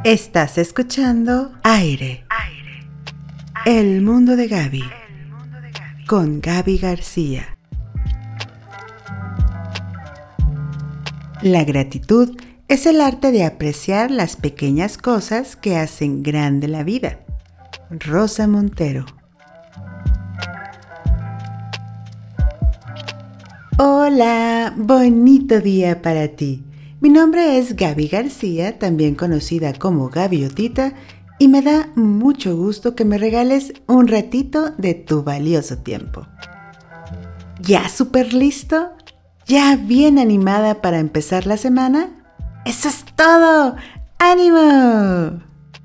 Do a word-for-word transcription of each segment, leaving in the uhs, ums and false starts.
Estás escuchando Aire, Aire, Aire. El mundo de Gaby, El mundo de Gaby. Con Gaby García. La gratitud es el arte de apreciar las pequeñas cosas que hacen grande la vida. Rosa Montero. Hola, bonito día para ti. Mi nombre es Gaby García, también conocida como Gaviotita, y me da mucho gusto que me regales un ratito de tu valioso tiempo. ¿Ya súper listo? ¿Ya bien animada para empezar la semana? ¡Eso es todo! ¡Ánimo!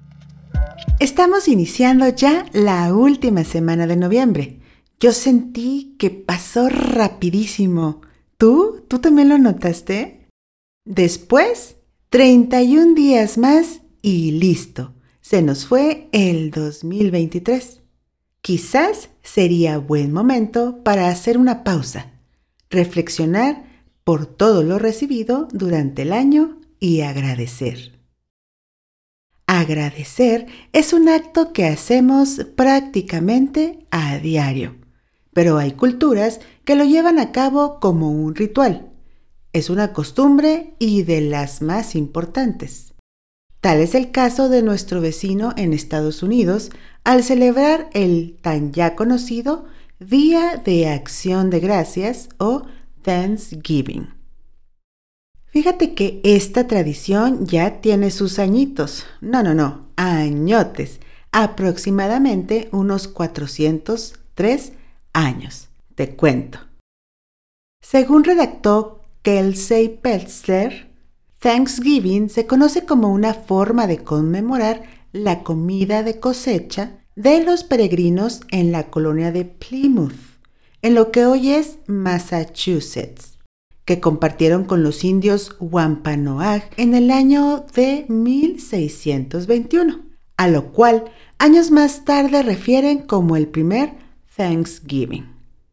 Estamos iniciando ya la última semana de noviembre. Yo sentí que pasó rapidísimo. ¿Tú? ¿Tú también lo notaste? Después, treinta y un días más y listo. Se nos fue el dos mil veintitrés. Quizás sería buen momento para hacer una pausa, reflexionar por todo lo recibido durante el año y agradecer. Agradecer es un acto que hacemos prácticamente a diario, pero hay culturas que lo llevan a cabo como un ritual. Es una costumbre y de las más importantes. Tal es el caso de nuestro vecino en Estados Unidos al celebrar el tan ya conocido Día de Acción de Gracias o Thanksgiving. Fíjate que esta tradición ya tiene sus añitos, no, no, no, añotes, aproximadamente unos cuatrocientos tres años, te cuento. Según redactó Kelsey Peltzer, Thanksgiving se conoce como una forma de conmemorar la comida de cosecha de los peregrinos en la colonia de Plymouth, en lo que hoy es Massachusetts, que compartieron con los indios Wampanoag en el año de mil seiscientos veintiuno, a lo cual años más tarde refieren como el primer Thanksgiving.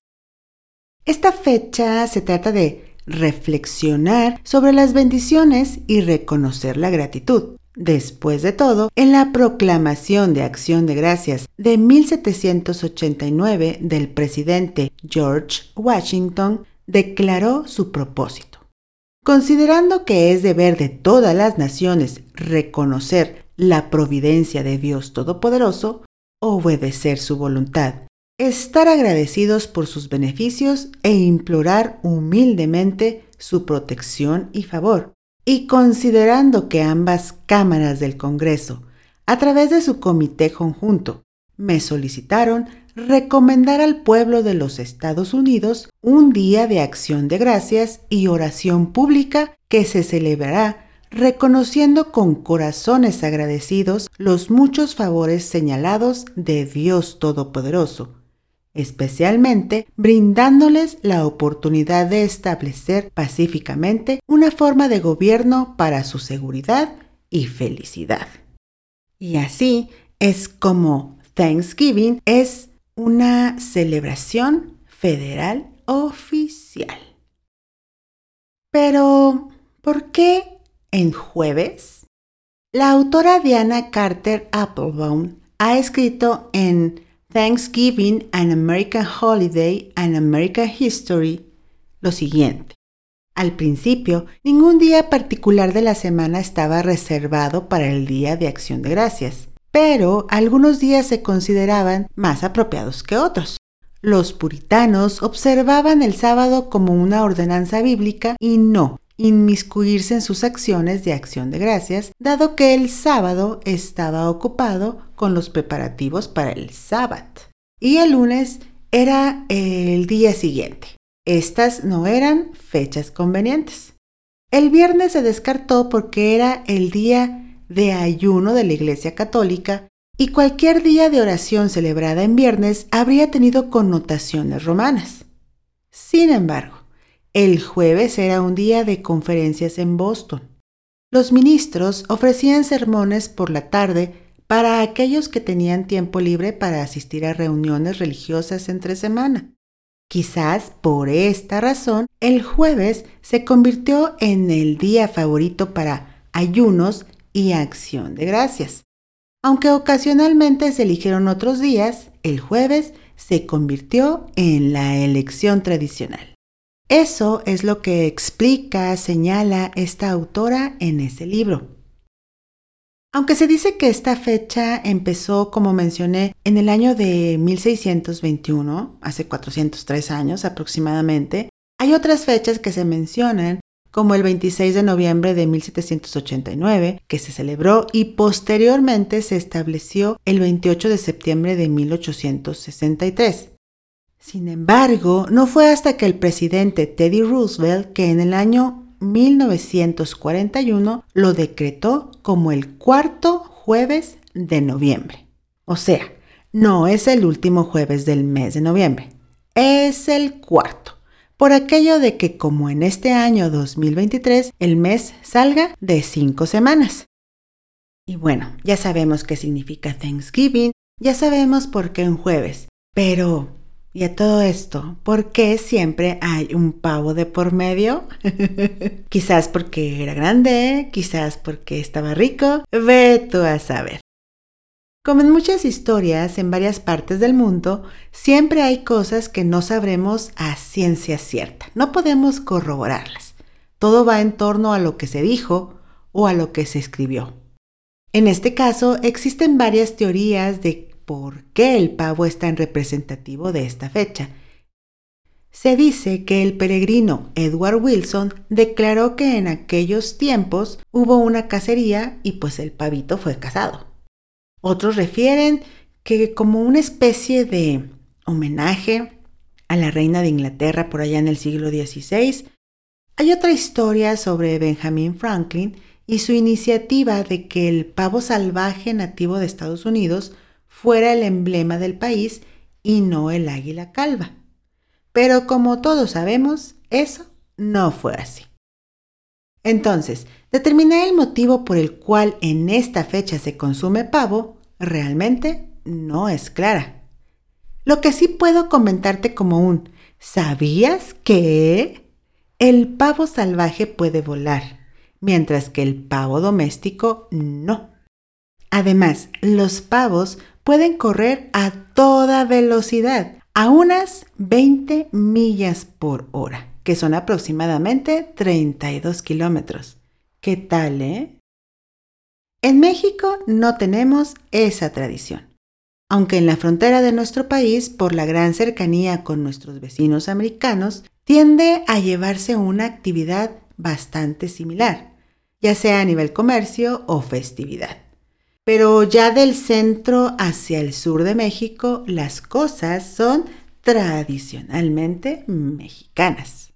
Esta fecha se trata de reflexionar sobre las bendiciones y reconocer la gratitud. Después de todo, en la Proclamación de Acción de Gracias de mil setecientos ochenta y nueve del presidente George Washington, declaró su propósito. Considerando que es deber de todas las naciones reconocer la providencia de Dios Todopoderoso, obedecer su voluntad, estar agradecidos por sus beneficios e implorar humildemente su protección y favor. Y considerando que ambas cámaras del Congreso, a través de su comité conjunto, me solicitaron recomendar al pueblo de los Estados Unidos un día de acción de gracias y oración pública que se celebrará reconociendo con corazones agradecidos los muchos favores señalados de Dios Todopoderoso, especialmente brindándoles la oportunidad de establecer pacíficamente una forma de gobierno para su seguridad y felicidad. Y así es como Thanksgiving es una celebración federal oficial. Pero, ¿por qué en jueves? La autora Diana Carter Applebaum ha escrito en Thanksgiving, an American Holiday and American History, lo siguiente. Al principio, ningún día particular de la semana estaba reservado para el Día de Acción de Gracias, pero algunos días se consideraban más apropiados que otros. Los puritanos observaban el sábado como una ordenanza bíblica y no inmiscuirse en sus acciones de acción de gracias, dado que el sábado estaba ocupado con los preparativos para el sábado. Y el lunes era el día siguiente. Estas no eran fechas convenientes. El viernes se descartó porque era el día de ayuno de la Iglesia Católica y cualquier día de oración celebrada en viernes habría tenido connotaciones romanas. Sin embargo, el jueves era un día de conferencias en Boston. Los ministros ofrecían sermones por la tarde para aquellos que tenían tiempo libre para asistir a reuniones religiosas entre semana. Quizás por esta razón, el jueves se convirtió en el día favorito para ayunos y Acción de Gracias. Aunque ocasionalmente se eligieron otros días, el jueves se convirtió en la elección tradicional. Eso es lo que explica, señala esta autora en ese libro. Aunque se dice que esta fecha empezó, como mencioné, en el año de mil seiscientos veintiuno, hace cuatrocientos tres años aproximadamente, hay otras fechas que se mencionan, como el veintiséis de noviembre de mil setecientos ochenta y nueve, que se celebró y posteriormente se estableció el veintiocho de septiembre de mil ochocientos sesenta y tres. Sin embargo, no fue hasta que el presidente Teddy Roosevelt que en el año mil novecientos cuarenta y uno lo decretó como el cuarto jueves de noviembre. O sea, no es el último jueves del mes de noviembre, es el cuarto. Por aquello de que como en este año dos mil veintitrés el mes salga de cinco semanas. Y bueno, ya sabemos qué significa Thanksgiving, ya sabemos por qué un jueves, pero ¿y a todo esto por qué siempre hay un pavo de por medio? Quizás porque era grande, quizás porque estaba rico, ve tú a saber. Como en muchas historias en varias partes del mundo, siempre hay cosas que no sabremos a ciencia cierta. No podemos corroborarlas. Todo va en torno a lo que se dijo o a lo que se escribió. En este caso, existen varias teorías de por qué el pavo es tan representativo de esta fecha. Se dice que el peregrino Edward Wilson declaró que en aquellos tiempos hubo una cacería y pues el pavito fue cazado. Otros refieren que como una especie de homenaje a la reina de Inglaterra por allá en el siglo dieciséis, hay otra historia sobre Benjamin Franklin y su iniciativa de que el pavo salvaje nativo de Estados Unidos fuera el emblema del país y no el águila calva. Pero como todos sabemos, eso no fue así. Entonces, determinar el motivo por el cual en esta fecha se consume pavo realmente no es clara. Lo que sí puedo comentarte como un ¿sabías que? El pavo salvaje puede volar, mientras que el pavo doméstico no. Además, los pavos pueden correr a toda velocidad, a unas veinte millas por hora, que son aproximadamente treinta y dos kilómetros. ¿Qué tal, eh? En México no tenemos esa tradición, aunque en la frontera de nuestro país, por la gran cercanía con nuestros vecinos americanos, tiende a llevarse una actividad bastante similar, ya sea a nivel comercio o festividad. Pero ya del centro hacia el sur de México, las cosas son tradicionalmente mexicanas.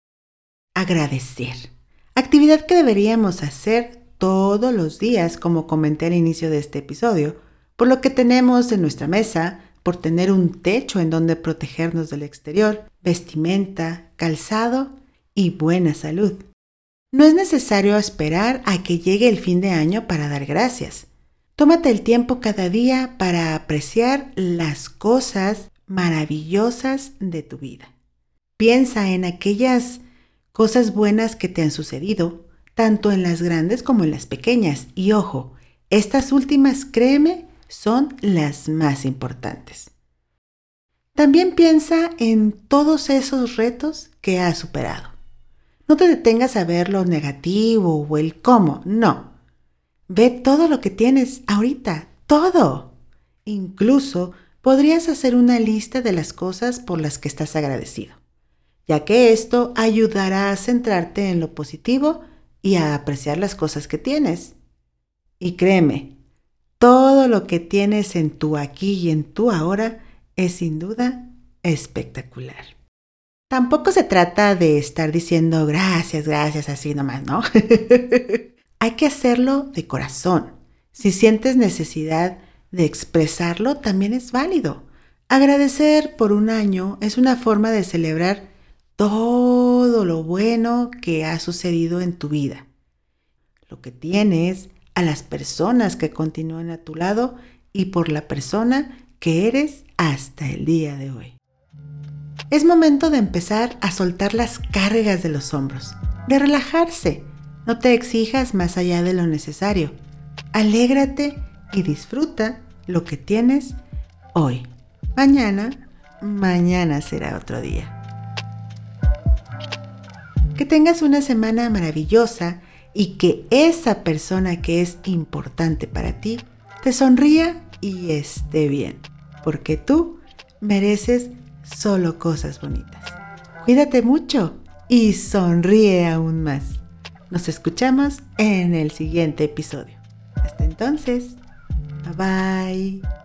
Agradecer. Actividad que deberíamos hacer todos los días, como comenté al inicio de este episodio, por lo que tenemos en nuestra mesa, por tener un techo en donde protegernos del exterior, vestimenta, calzado y buena salud. No es necesario esperar a que llegue el fin de año para dar gracias. Tómate el tiempo cada día para apreciar las cosas maravillosas de tu vida. Piensa en aquellas cosas buenas que te han sucedido, tanto en las grandes como en las pequeñas. Y ojo, estas últimas, créeme, son las más importantes. También piensa en todos esos retos que has superado. No te detengas a ver lo negativo o el cómo, no. Ve todo lo que tienes ahorita, todo. Incluso podrías hacer una lista de las cosas por las que estás agradecido, ya que esto ayudará a centrarte en lo positivo y a apreciar las cosas que tienes. Y créeme, todo lo que tienes en tu aquí y en tu ahora es sin duda espectacular. Tampoco se trata de estar diciendo gracias, gracias, así nomás, ¿no? Hay que hacerlo de corazón. Si sientes necesidad de expresarlo, también es válido. Agradecer por un año es una forma de celebrar todo lo bueno que ha sucedido en tu vida, lo que tienes, a las personas que continúan a tu lado y por la persona que eres hasta el día de hoy. Es momento de empezar a soltar las cargas de los hombros, de relajarse. No te exijas más allá de lo necesario. Alégrate y disfruta lo que tienes hoy. Mañana, mañana será otro día. Que tengas una semana maravillosa y que esa persona que es importante para ti te sonría y esté bien, porque tú mereces solo cosas bonitas. Cuídate mucho y sonríe aún más. Nos escuchamos en el siguiente episodio. Hasta entonces, bye bye.